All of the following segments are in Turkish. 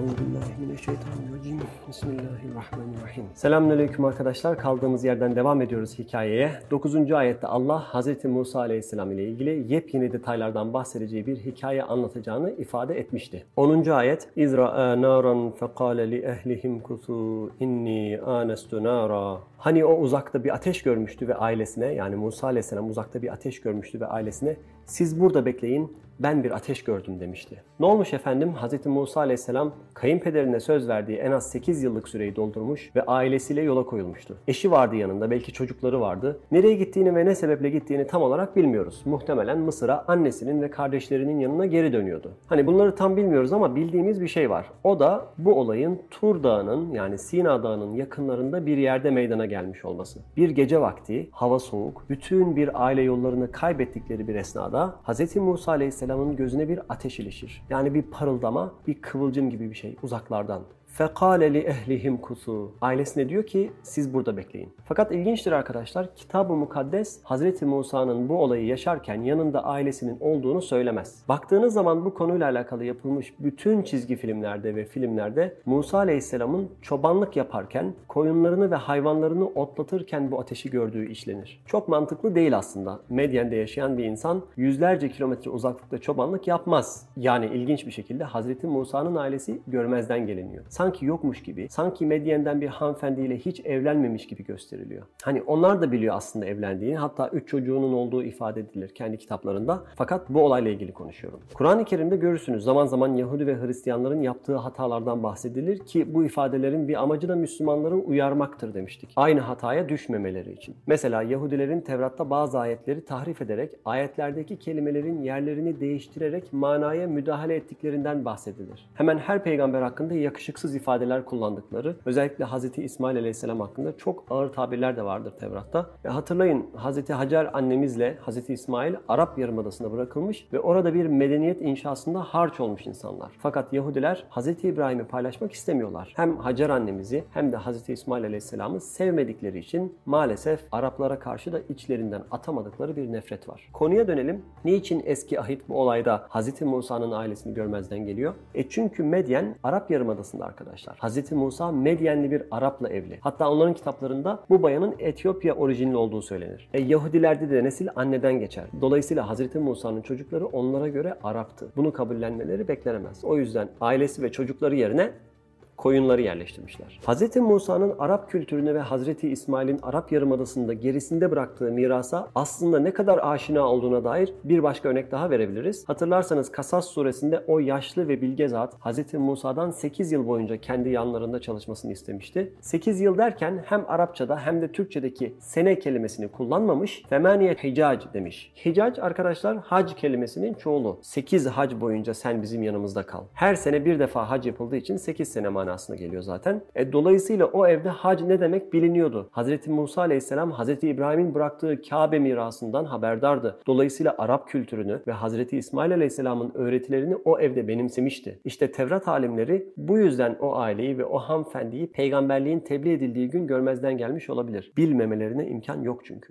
Euzubillahimineşşeytanirracim. Bismillahirrahmanirrahim. Selamünaleyküm arkadaşlar. Kaldığımız yerden devam ediyoruz hikayeye. 9. ayette Allah Hz. Musa Aleyhisselam ile ilgili yepyeni detaylardan bahsedeceği bir hikaye anlatacağını ifade etmişti. 10. ayet İzra'a naran fekale li ehlihim kusu inni anestu nara. Hani o uzakta bir ateş görmüştü ve ailesine, yani Musa Aleyhisselam uzakta bir ateş görmüştü ve ailesine siz burada bekleyin, ben bir ateş gördüm demişti. Ne olmuş efendim? Hz. Musa Aleyhisselam kayınpederine söz verdiği en az 8 yıllık süreyi doldurmuş ve ailesiyle yola koyulmuştu. Eşi vardı yanında, belki çocukları vardı. Nereye gittiğini ve ne sebeple gittiğini tam olarak bilmiyoruz. Muhtemelen Mısır'a annesinin ve kardeşlerinin yanına geri dönüyordu. Hani bunları tam bilmiyoruz ama bildiğimiz bir şey var. O da bu olayın Tur Dağı'nın, yani Sina Dağı'nın yakınlarında bir yerde meydana gelmiş olması. Bir gece vakti, hava soğuk, bütün bir aile yollarını kaybettikleri bir esnada Hz. Musa Aleyhisselam'ın gözüne bir ateş ilişir. Yani bir parıldama, bir kıvılcım gibi bir şey uzaklardan. فَقَالَ لِأَهْلِهِمْ كُسُوا. Ailesine diyor ki siz burada bekleyin. Fakat ilginçtir arkadaşlar, Kitab-ı Mukaddes Hz. Musa'nın bu olayı yaşarken yanında ailesinin olduğunu söylemez. Baktığınız zaman bu konuyla alakalı yapılmış bütün çizgi filmlerde ve filmlerde Musa Aleyhisselam'ın çobanlık yaparken, koyunlarını ve hayvanlarını otlatırken bu ateşi gördüğü işlenir. Çok mantıklı değil aslında. Medyen'de yaşayan bir insan yüzlerce kilometre uzaklıkta çobanlık yapmaz. Yani ilginç bir şekilde Hz. Musa'nın ailesi görmezden geliniyor. Sanki yokmuş gibi, sanki Medyen'den bir hanımefendiyle hiç evlenmemiş gibi gösteriliyor. Hani onlar da biliyor aslında evlendiğini, hatta 3 çocuğunun olduğu ifade edilir kendi kitaplarında. Fakat bu olayla ilgili konuşuyorum. Kur'an-ı Kerim'de görürsünüz zaman zaman Yahudi ve Hristiyanların yaptığı hatalardan bahsedilir ki bu ifadelerin bir amacı da Müslümanları uyarmaktır demiştik. Aynı hataya düşmemeleri için. Mesela Yahudilerin Tevrat'ta bazı ayetleri tahrif ederek, ayetlerdeki kelimelerin yerlerini değiştirerek manaya müdahale ettiklerinden bahsedilir. Hemen her peygamber hakkında yakışıksız ifadeler kullandıkları, özellikle Hz. İsmail Aleyhisselam hakkında çok ağır tabirler de vardır Tevrat'ta. Ve hatırlayın, Hz. Hacer annemizle Hz. İsmail Arap Yarımadası'na bırakılmış ve orada bir medeniyet inşasında harç olmuş insanlar. Fakat Yahudiler Hz. İbrahim'i paylaşmak istemiyorlar. Hem Hacer annemizi hem de Hz. İsmail Aleyhisselam'ı sevmedikleri için maalesef Araplara karşı da içlerinden atamadıkları bir nefret var. Konuya dönelim. Niçin eski ahit bu olayda Hz. Musa'nın ailesini görmezden geliyor? Çünkü Medyen Arap Yarımadası'nda arkadaşlar. Hz. Musa Medyenli bir Arap'la evli. Hatta onların kitaplarında bu bayanın Etiyopya orijinli olduğu söylenir. Yahudilerde de nesil anneden geçer. Dolayısıyla Hz. Musa'nın çocukları onlara göre Arap'tı. Bunu kabullenmeleri beklenemez. O yüzden ailesi ve çocukları yerine koyunları yerleştirmişler. Hz. Musa'nın Arap kültürüne ve Hz. İsmail'in Arap Yarımadası'nda gerisinde bıraktığı mirasa aslında ne kadar aşina olduğuna dair bir başka örnek daha verebiliriz. Hatırlarsanız Kasas suresinde o yaşlı ve bilge zat Hz. Musa'dan 8 yıl boyunca kendi yanlarında çalışmasını istemişti. 8 yıl derken hem Arapçada hem de Türkçedeki sene kelimesini kullanmamış, femaniyet hicac demiş. Hicac arkadaşlar hac kelimesinin çoğulu. 8 hac boyunca sen bizim yanımızda kal. Her sene bir defa hac yapıldığı için 8 sene manasına geliyor zaten. Dolayısıyla o evde hac ne demek biliniyordu. Hz. Musa Aleyhisselam Hz. İbrahim'in bıraktığı Kabe mirasından haberdardı. Dolayısıyla Arap kültürünü ve Hz. İsmail Aleyhisselam'ın öğretilerini o evde benimsemişti. İşte Tevrat alimleri bu yüzden o aileyi ve o hanımefendiyi peygamberliğin tebliğ edildiği gün görmezden gelmiş olabilir. Bilmemelerine imkan yok çünkü.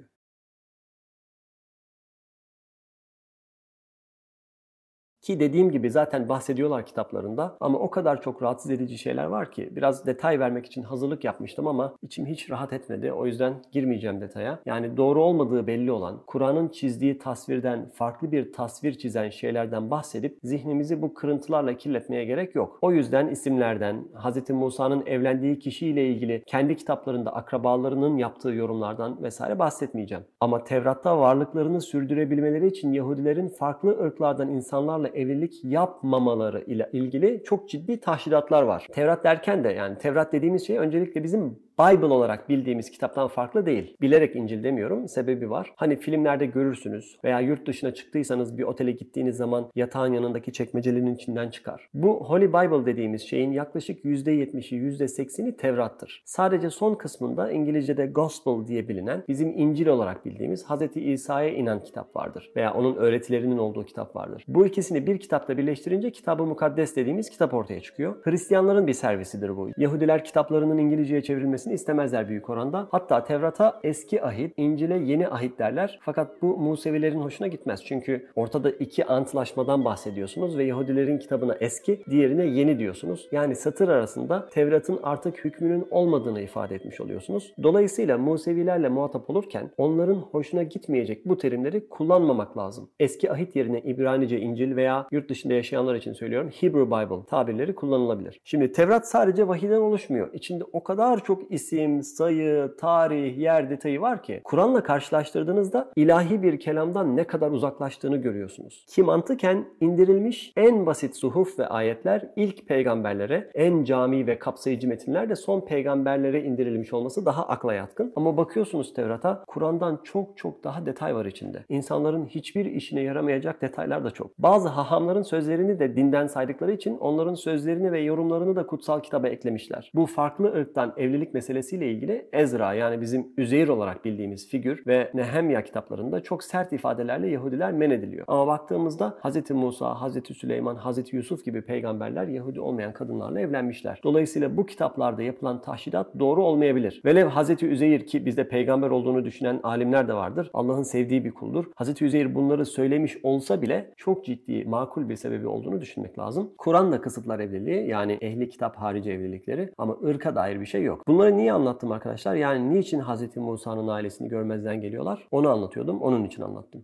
Ki dediğim gibi zaten bahsediyorlar kitaplarında ama o kadar çok rahatsız edici şeyler var ki biraz detay vermek için hazırlık yapmıştım ama içim hiç rahat etmedi. O yüzden girmeyeceğim detaya. Yani doğru olmadığı belli olan, Kur'an'ın çizdiği tasvirden farklı bir tasvir çizen şeylerden bahsedip zihnimizi bu kırıntılarla kirletmeye gerek yok. O yüzden isimlerden, Hz. Musa'nın evlendiği kişiyle ilgili kendi kitaplarında akrabalarının yaptığı yorumlardan vesaire bahsetmeyeceğim. Ama Tevrat'ta varlıklarını sürdürebilmeleri için Yahudilerin farklı ırklardan insanlarla evlilik yapmamaları ile ilgili çok ciddi tahridatlar var. Tevrat derken de yani Tevrat dediğimiz şey öncelikle bizim Bible olarak bildiğimiz kitaptan farklı değil. Bilerek İncil demiyorum. Sebebi var. Hani filmlerde görürsünüz veya yurt dışına çıktıysanız bir otele gittiğiniz zaman yatağın yanındaki çekmecelerin içinden çıkar. Bu Holy Bible dediğimiz şeyin yaklaşık %70'i, %80'i Tevrat'tır. Sadece son kısmında İngilizce'de Gospel diye bilinen bizim İncil olarak bildiğimiz Hz. İsa'ya inen kitap vardır. Veya onun öğretilerinin olduğu kitap vardır. Bu ikisini bir kitapta birleştirince Kitab-ı Mukaddes dediğimiz kitap ortaya çıkıyor. Hristiyanların bir servisidir bu. Yahudiler kitaplarının İngilizceye çevrilmesini verilmesini istemezler büyük oranda. Hatta Tevrat'a eski ahit, İncil'e yeni ahit derler. Fakat bu Musevilerin hoşuna gitmez. Çünkü ortada iki antlaşmadan bahsediyorsunuz ve Yahudilerin kitabına eski, diğerine yeni diyorsunuz. Yani satır arasında Tevrat'ın artık hükmünün olmadığını ifade etmiş oluyorsunuz. Dolayısıyla Musevilerle muhatap olurken onların hoşuna gitmeyecek bu terimleri kullanmamak lazım. Eski ahit yerine İbranice İncil veya yurt dışında yaşayanlar için söylüyorum Hebrew Bible tabirleri kullanılabilir. Şimdi Tevrat sadece vahiyden oluşmuyor. İçinde o kadar çok isim, sayı, tarih, yer detayı var ki Kur'an'la karşılaştırdığınızda ilahi bir kelamdan ne kadar uzaklaştığını görüyorsunuz. Ki mantıken indirilmiş en basit suhuf ve ayetler ilk peygamberlere, en cami ve kapsayıcı metinler de son peygamberlere indirilmiş olması daha akla yatkın. Ama bakıyorsunuz Tevrat'a, Kur'an'dan çok daha detay var içinde. İnsanların hiçbir işine yaramayacak detaylar da çok. Bazı hahamların sözlerini de dinden saydıkları için onların sözlerini ve yorumlarını da kutsal kitaba eklemişler. Bu farklı ırktan evlilik meselesiyle ilgili Ezra, yani bizim Üzeyr olarak bildiğimiz figür ve Nehemya kitaplarında çok sert ifadelerle Yahudiler men ediliyor. Ama baktığımızda Hz. Musa, Hz. Süleyman, Hz. Yusuf gibi peygamberler Yahudi olmayan kadınlarla evlenmişler. Dolayısıyla bu kitaplarda yapılan tahşidat doğru olmayabilir. Velev Hz. Üzeyr, ki bizde peygamber olduğunu düşünen alimler de vardır, Allah'ın sevdiği bir kuldur. Hz. Üzeyr bunları söylemiş olsa bile çok ciddi, makul bir sebebi olduğunu düşünmek lazım. Kur'an da kısıtlar evliliği, yani ehli kitap harici evlilikleri, ama ırka dair bir şey yok. Bunları niye anlattım arkadaşlar? Yani niçin Hz. Musa'nın ailesini görmezden geliyorlar? Onu anlatıyordum, onun için anlattım.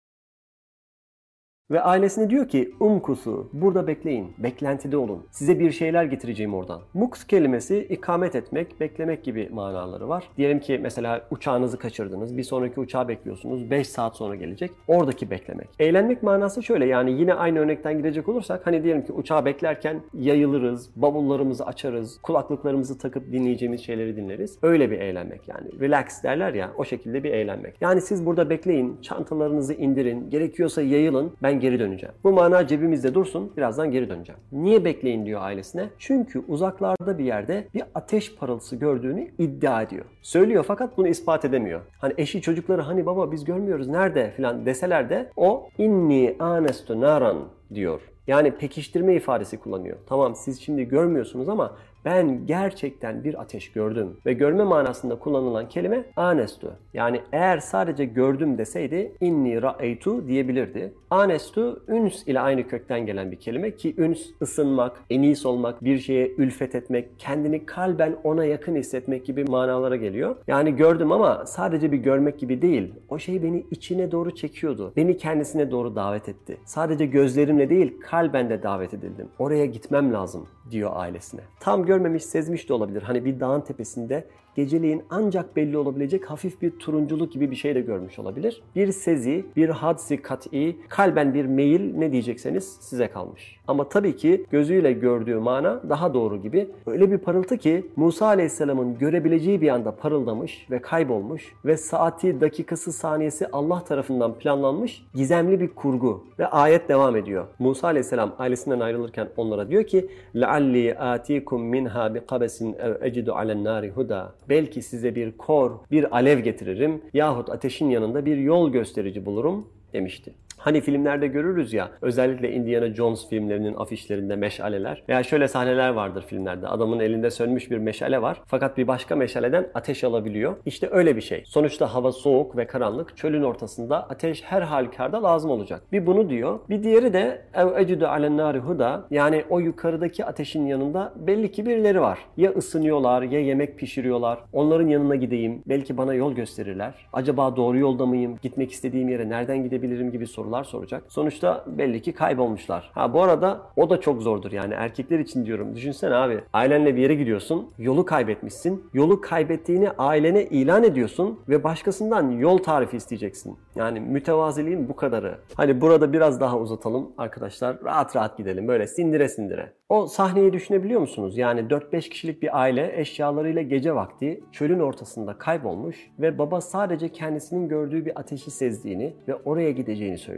Ve ailesine diyor ki umkusu, burada bekleyin, beklentide olun. Size bir şeyler getireceğim oradan. Muks kelimesi ikamet etmek, beklemek gibi manaları var. Diyelim ki mesela uçağınızı kaçırdınız, bir sonraki uçağı bekliyorsunuz, 5 saat sonra gelecek. Oradaki beklemek. Eğlenmek manası şöyle, yani yine aynı örnekten gidecek olursak, hani diyelim ki uçağı beklerken yayılırız, bavullarımızı açarız, kulaklıklarımızı takıp dinleyeceğimiz şeyleri dinleriz. Öyle bir eğlenmek yani. Relax derler ya, o şekilde bir eğlenmek. Yani siz burada bekleyin, çantalarınızı indirin, gerekiyorsa yayılın, ben geri döneceğim. Bu mana cebimizde dursun, birazdan geri döneceğim. Niye bekleyin diyor ailesine? Çünkü uzaklarda bir yerde bir ateş parıltısı gördüğünü iddia ediyor. Söylüyor fakat bunu ispat edemiyor. Hani eşi çocukları hani baba biz görmüyoruz nerede filan deseler de o inni anestu naran diyor. Yani pekiştirme ifadesi kullanıyor. Tamam siz şimdi görmüyorsunuz ama ben gerçekten bir ateş gördüm. Ve görme manasında kullanılan kelime anestu. Yani eğer sadece gördüm deseydi inni ra'eytu diyebilirdi. Anestu üns ile aynı kökten gelen bir kelime ki üns ısınmak, enis olmak, bir şeye ülfet etmek, kendini kalben ona yakın hissetmek gibi manalara geliyor. Yani gördüm ama sadece bir görmek gibi değil. O şey beni içine doğru çekiyordu. Beni kendisine doğru davet etti. Sadece gözlerimle değil kalben de davet edildim. Oraya gitmem lazım diyor ailesine. Tam görmemiş, sezmiş de olabilir. Hani bir dağın tepesinde geceleyin ancak belli olabilecek hafif bir turunculuk gibi bir şey de görmüş olabilir. Bir sezi, bir hadsi kat'i, kalben bir meyil, ne diyecekseniz size kalmış. Ama tabii ki gözüyle gördüğü mana daha doğru gibi. Öyle bir parıltı ki Musa Aleyhisselam'ın görebileceği bir anda parıldamış ve kaybolmuş ve saati, dakikası, saniyesi Allah tarafından planlanmış gizemli bir kurgu. Ve ayet devam ediyor. Musa Aleyhisselam ailesinden ayrılırken onlara diyor ki لَعَلِّي آتِيكُمْ مِنْهَا بِقَبَسٍ اَوْ اَجِدُ عَلَى النَّارِ هُدَى. Belki size bir kor, bir alev getiririm yahut ateşin yanında bir yol gösterici bulurum demişti. Hani filmlerde görürüz ya, özellikle Indiana Jones filmlerinin afişlerinde meşaleler veya şöyle sahneler vardır filmlerde. Adamın elinde sönmüş bir meşale var fakat bir başka meşaleden ateş alabiliyor. İşte öyle bir şey. Sonuçta hava soğuk ve karanlık, çölün ortasında ateş her halükarda lazım olacak. Bir bunu diyor. Bir diğeri de ev ecidu alen nari huda, yani o yukarıdaki ateşin yanında belli ki birileri var. Ya ısınıyorlar ya yemek pişiriyorlar. Onların yanına gideyim. Belki bana yol gösterirler. Acaba doğru yolda mıyım? Gitmek istediğim yere nereden gidebilirim gibi sorular soracak. Sonuçta belli ki kaybolmuşlar. Bu arada o da çok zordur yani erkekler için diyorum. Düşünsene abi, ailenle bir yere gidiyorsun, yolu kaybetmişsin. Yolu kaybettiğini ailene ilan ediyorsun ve başkasından yol tarifi isteyeceksin. Yani mütevaziliğin bu kadarı. Hani burada biraz daha uzatalım arkadaşlar. Rahat rahat gidelim böyle sindire sindire. O sahneyi düşünebiliyor musunuz? Yani 4-5 kişilik bir aile eşyalarıyla gece vakti çölün ortasında kaybolmuş ve baba sadece kendisinin gördüğü bir ateşi sezdiğini ve oraya gideceğini söylüyor.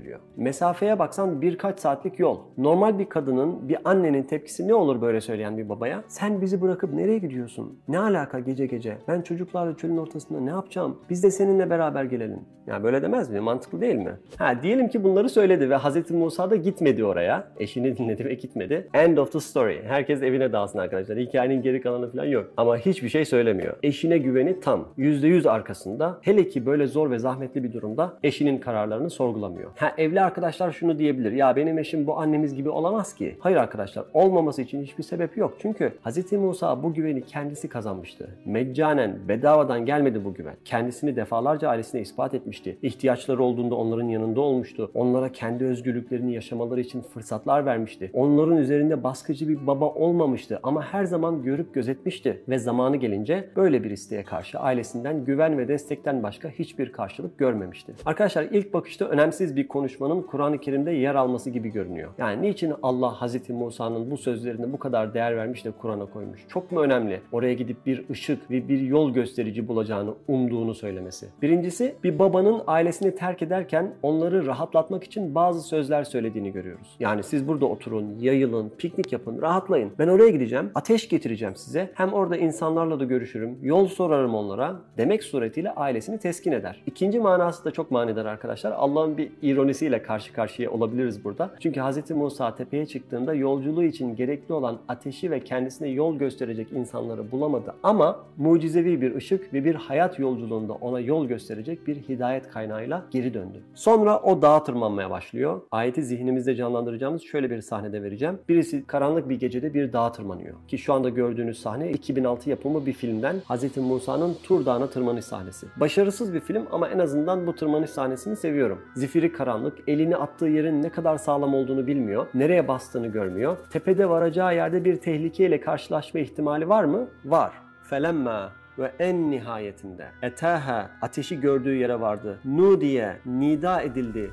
geliyor. Mesafeye baksan birkaç saatlik yol. Normal bir kadının, bir annenin tepkisi ne olur böyle söyleyen bir babaya? Sen bizi bırakıp nereye gidiyorsun? Ne alaka gece gece? Ben çocuklarla çölün ortasında ne yapacağım? Biz de seninle beraber gelelim. Ya böyle demez mi? Mantıklı değil mi? Diyelim ki bunları söyledi ve Hz. Musa da gitmedi oraya. Eşini dinledi ve gitmedi. End of the story. Herkes evine dağılsın arkadaşlar. Hikayenin geri kalanı falan yok. Ama hiçbir şey söylemiyor. Eşine güveni tam. %100 arkasında. Hele ki böyle zor ve zahmetli bir durumda eşinin kararlarını sorgulamıyor. Evli arkadaşlar şunu diyebilir. Ya benim eşim bu annemiz gibi olamaz ki. Hayır arkadaşlar. Olmaması için hiçbir sebep yok. Çünkü Hz. Musa bu güveni kendisi kazanmıştı. Meccanen, bedavadan gelmedi bu güven. Kendisini defalarca ailesine ispat etmişti. İhtiyaçları olduğunda onların yanında olmuştu. Onlara kendi özgürlüklerini yaşamaları için fırsatlar vermişti. Onların üzerinde baskıcı bir baba olmamıştı ama her zaman görüp gözetmişti. Ve zamanı gelince böyle bir isteğe karşı ailesinden güven ve destekten başka hiçbir karşılık görmemişti. Arkadaşlar ilk bakışta önemsiz bir konuşmanın Kur'an-ı Kerim'de yer alması gibi görünüyor. Yani niçin Allah Hz. Musa'nın bu sözlerine bu kadar değer vermiş de Kur'an'a koymuş? Çok mu önemli? Oraya gidip bir ışık ve bir yol gösterici bulacağını umduğunu söylemesi. Birincisi, bir babanın ailesini terk ederken onları rahatlatmak için bazı sözler söylediğini görüyoruz. Yani siz burada oturun, yayılın, piknik yapın, rahatlayın. Ben oraya gideceğim, ateş getireceğim size. Hem orada insanlarla da görüşürüm, yol sorarım onlara demek suretiyle ailesini teskin eder. İkinci manası da çok manidar arkadaşlar. Allah'ın bir ironisiyle karşı karşıya olabiliriz burada. Çünkü Hz. Musa tepeye çıktığında yolculuğu için gerekli olan ateşi ve kendisine yol gösterecek insanları bulamadı. Ama mucizevi bir ışık ve bir hayat yolculuğunda ona yol gösterecek bir hidayet kaynağıyla geri döndü. Sonra o dağa tırmanmaya başlıyor. Ayeti zihnimizde canlandıracağımız şöyle bir sahnede vereceğim. Birisi karanlık bir gecede bir dağa tırmanıyor. Ki şu anda gördüğünüz sahne 2006 yapımı bir filmden Hz. Musa'nın Tur Dağı'na tırmanış sahnesi. Başarısız bir film ama en azından bu tırmanış sahnesini seviyorum. Zifiri karanlık, elini attığı yerin ne kadar sağlam olduğunu bilmiyor, nereye bastığını görmüyor. Tepede varacağı yerde bir tehlikeyle karşılaşma ihtimali var mı? Var. Felemma ve en nihayetinde etaha, ateşi gördüğü yere vardı. Nudiye, nida edildi.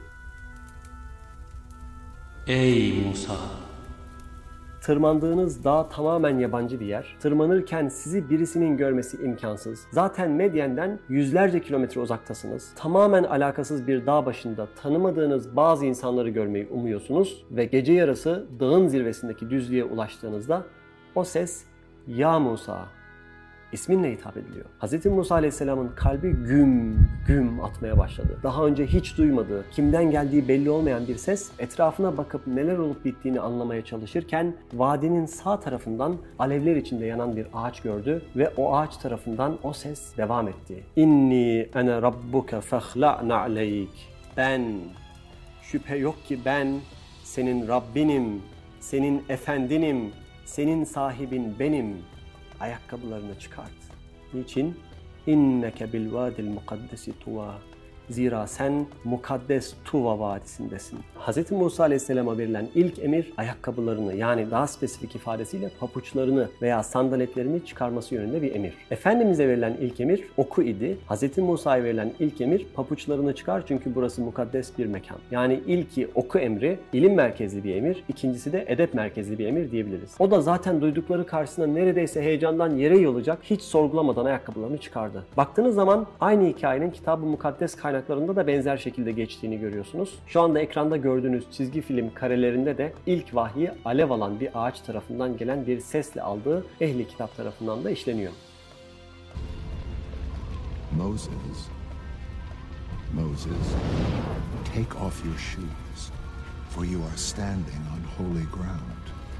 Ey Musa! Tırmandığınız dağ tamamen yabancı bir yer. Tırmanırken sizi birisinin görmesi imkansız. Zaten Medyen'den yüzlerce kilometre uzaktasınız. Tamamen alakasız bir dağ başında tanımadığınız bazı insanları görmeyi umuyorsunuz ve gece yarısı dağın zirvesindeki düzlüğe ulaştığınızda o ses "Ya Musa" isminle hitap ediliyor. Hz. Musa Aleyhisselam'ın kalbi güm güm atmaya başladı. Daha önce hiç duymadığı, kimden geldiği belli olmayan bir ses etrafına bakıp neler olup bittiğini anlamaya çalışırken vadinin sağ tarafından alevler içinde yanan bir ağaç gördü ve o ağaç tarafından o ses devam etti. İnni ene rabbuke fehla'na aleyk. Ben, şüphe yok ki ben senin Rabbinim, senin efendinim, senin sahibin benim. Ayakkabılarını çıkart. Niçin? İnneke bil vadil mukaddesi tuva. Zira sen mukaddes Tuva vadisindesin. Hz. Musa Aleyhisselam'a verilen ilk emir ayakkabılarını, yani daha spesifik ifadesiyle papuçlarını veya sandaletlerini çıkarması yönünde bir emir. Efendimiz'e verilen ilk emir oku idi. Hz. Musa'ya verilen ilk emir papuçlarını çıkar çünkü burası mukaddes bir mekan. Yani ilki oku emri, ilim merkezli bir emir, ikincisi de edep merkezli bir emir diyebiliriz. O da zaten duydukları karşısında neredeyse heyecandan yere yolacak, hiç sorgulamadan ayakkabılarını çıkardı. Baktığınız zaman aynı hikayenin Kitab-ı Mukaddes kaynaklarında da benzer şekilde geçtiğini görüyorsunuz. Şu anda ekranda gördüğünüz çizgi film karelerinde de ilk vahyi alev alan bir ağaç tarafından gelen bir sesle aldığı ehli kitap tarafından da işleniyor. Moses, take off your shoes, for you are standing on holy ground.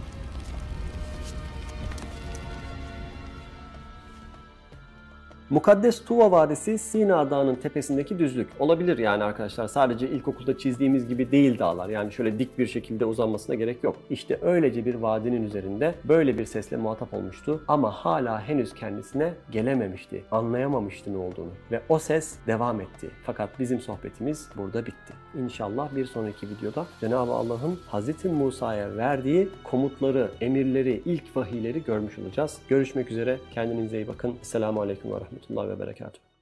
Mukaddes Tuva Vadisi Sina Dağı'nın tepesindeki düzlük. Olabilir yani arkadaşlar, sadece ilkokulda çizdiğimiz gibi değil dağlar. Yani şöyle dik bir şekilde uzanmasına gerek yok. İşte öylece bir vadinin üzerinde böyle bir sesle muhatap olmuştu ama hala henüz kendisine gelememişti. Anlayamamıştı ne olduğunu. Ve o ses devam etti. Fakat bizim sohbetimiz burada bitti. İnşallah bir sonraki videoda Cenab-ı Allah'ın Hz. Musa'ya verdiği komutları, emirleri, ilk vahiyleri görmüş olacağız. Görüşmek üzere. Kendinize iyi bakın. Esselamu Aleyküm ve Rahmetullah ve Berekatuhu.